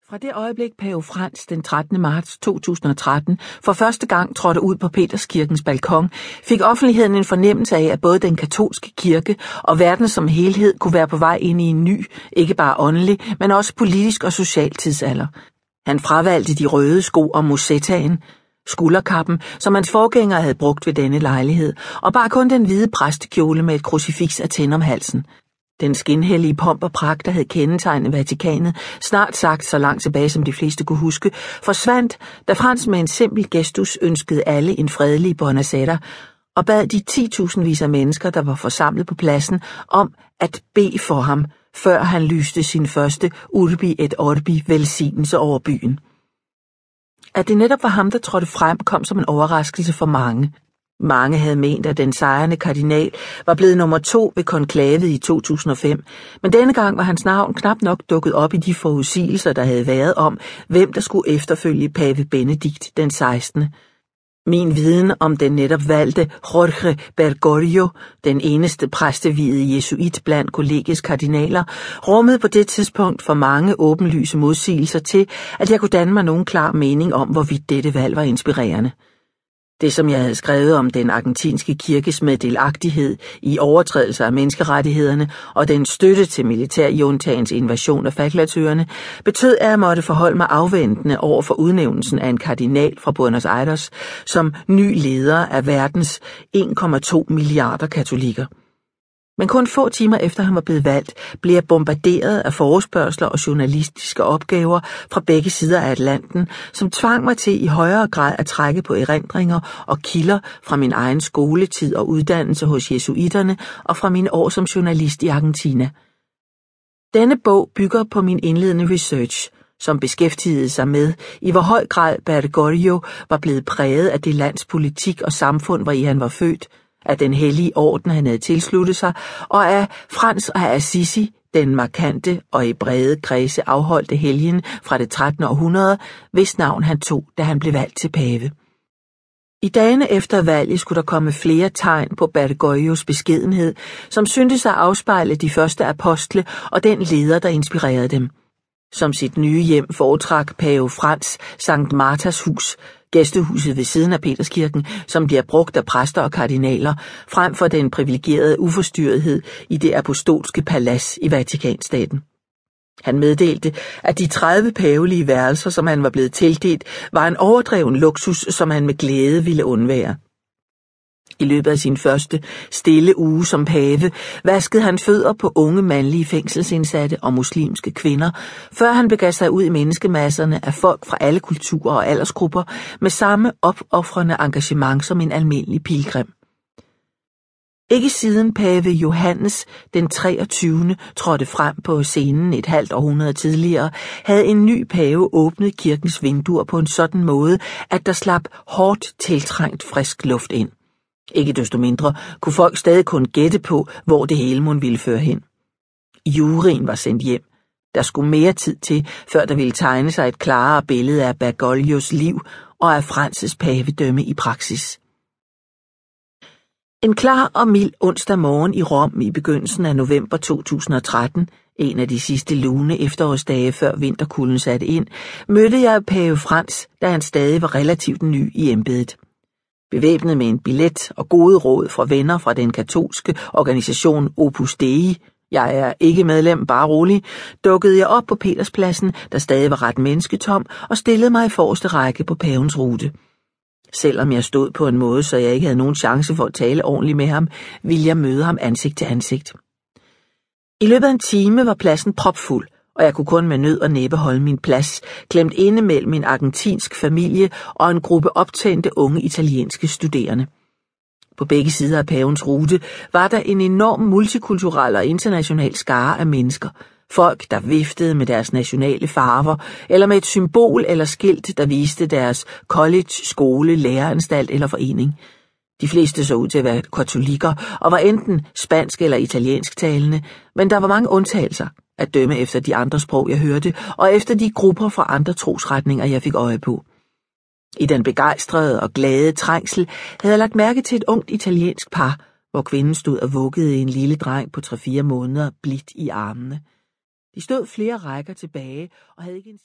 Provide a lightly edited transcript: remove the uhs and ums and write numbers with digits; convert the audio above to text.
Fra det øjeblik Pave Frans den 13. marts 2013 for første gang trådte ud på Peterskirkens balkon, fik offentligheden en fornemmelse af, at både den katolske kirke og verden som helhed kunne være på vej ind i en ny, ikke bare åndelig, men også politisk og social tidsalder. Han fravalgte de røde sko og musettaen, skulderkappen, som hans forgængere havde brugt ved denne lejlighed, og bar kun den hvide præstekjole med et krucifiks af tænd om halsen. Den skinhellige pomp og pragt, der havde kendetegnet Vatikanet, snart sagt så langt tilbage, som de fleste kunne huske, forsvandt, da Frans med en simpel gestus ønskede alle en fredelig buonasera og bad de 10.000vis af mennesker, der var forsamlet på pladsen, om at bede for ham, før han lyste sin første Urbi et Orbi velsignelse over byen. At det netop var ham, der trådte frem, kom som en overraskelse for mange. Mange havde ment, at den sejrende kardinal var blevet nummer 2 ved konklavet i 2005, men denne gang var hans navn knap nok dukket op i de forudsigelser, der havde været om, hvem der skulle efterfølge pave Benedikt den 16. Min viden om den netop valgte Jorge Bergoglio, den eneste præstevigede jesuit blandt kollegiets kardinaler, rummede på det tidspunkt for mange åbenlyse modsigelser til, at jeg kunne danne mig nogen klar mening om, hvorvidt dette valg var inspirerende. Det, som jeg havde skrevet om den argentinske kirkes meddelagtighed i overtrædelser af menneskerettighederne og den støtte til militærjuntagens invasion af Falklandsøerne, betød, at jeg måtte forholde mig afventende over for udnævnelsen af en kardinal fra Buenos Aires som ny leder af verdens 1,2 milliarder katolikker. Men kun få timer efter han var blevet valgt, blev jeg bombarderet af forespørgsler og journalistiske opgaver fra begge sider af Atlanten, som tvang mig til i højere grad at trække på erindringer og kilder fra min egen skoletid og uddannelse hos jesuiterne og fra mine år som journalist i Argentina. Denne bog bygger på min indledende research, som beskæftigede sig med, i hvor høj grad Bergoglio var blevet præget af det lands politik og samfund, hvor han var født, af den hellige orden, han havde tilsluttet sig, og af Frans af Assisi, den markante og i brede kredse afholdte helgen fra det 13. århundrede, hvis navn han tog, da han blev valgt til pave. I dagene efter valget skulle der komme flere tegn på Bergoglios beskedenhed, som syntes at afspejle de første apostle og den leder, der inspirerede dem. Som sit nye hjem foretrak pave Frans Sankt Martas hus, gæstehuset ved siden af Peterskirken, som bliver brugt af præster og kardinaler, frem for den privilegerede uforstyrrethed i det apostolske palads i Vatikanstaten. Han meddelte, at de 30 pavelige værelser, som han var blevet tildelt, var en overdreven luksus, som han med glæde ville undvære. I løbet af sin første stille uge som pave vaskede han fødder på unge mandlige fængselsindsatte og muslimske kvinder, før han begav sig ud i menneskemasserne af folk fra alle kulturer og aldersgrupper med samme opofrende engagement som en almindelig pilgrim. Ikke siden pave Johannes den 23. trådte frem på scenen et halvt århundrede tidligere, havde en ny pave åbnet kirkens vinduer på en sådan måde, at der slap hårdt tiltrængt frisk luft ind. Ikke desto mindre kunne folk stadig kun gætte på, hvor det hele mon ville føre hen. Juryen var sendt hjem. Der skulle mere tid til, før der ville tegne sig et klarere billede af Bergoglios liv og af Frans' pavedømme i praksis. En klar og mild onsdag morgen i Rom i begyndelsen af november 2013, en af de sidste lune efterårsdage før vinterkulden satte ind, mødte jeg pave Frans, da han stadig var relativt ny i embedet. Bevæbnet med en billet og gode råd fra venner fra den katolske organisation Opus Dei, jeg er ikke medlem, bare rolig, dukkede jeg op på Peterspladsen, der stadig var ret mennesketom, og stillede mig i forreste række på pavens rute. Selvom jeg stod på en måde, så jeg ikke havde nogen chance for at tale ordentligt med ham, ville jeg møde ham ansigt til ansigt. I løbet af en time var pladsen propfuld, og jeg kunne kun med nød og næppe holde min plads, klemt inde mellem en argentinsk familie og en gruppe optændte unge italienske studerende. På begge sider af pavens rute var der en enorm multikulturel og international skare af mennesker, folk, der viftede med deres nationale farver, eller med et symbol eller skilt, der viste deres college, skole, læreanstalt eller forening. De fleste så ud til at være katolikker og var enten spansk eller italiensk talende, men der var mange undtagelser, at dømme efter de andre sprog, jeg hørte, og efter de grupper fra andre trosretninger, jeg fik øje på. I den begejstrede og glade trængsel havde jeg lagt mærke til et ungt italiensk par, hvor kvinden stod og vuggede en lille dreng på 3-4 måneder blidt i armene. De stod flere rækker tilbage og havde ikke en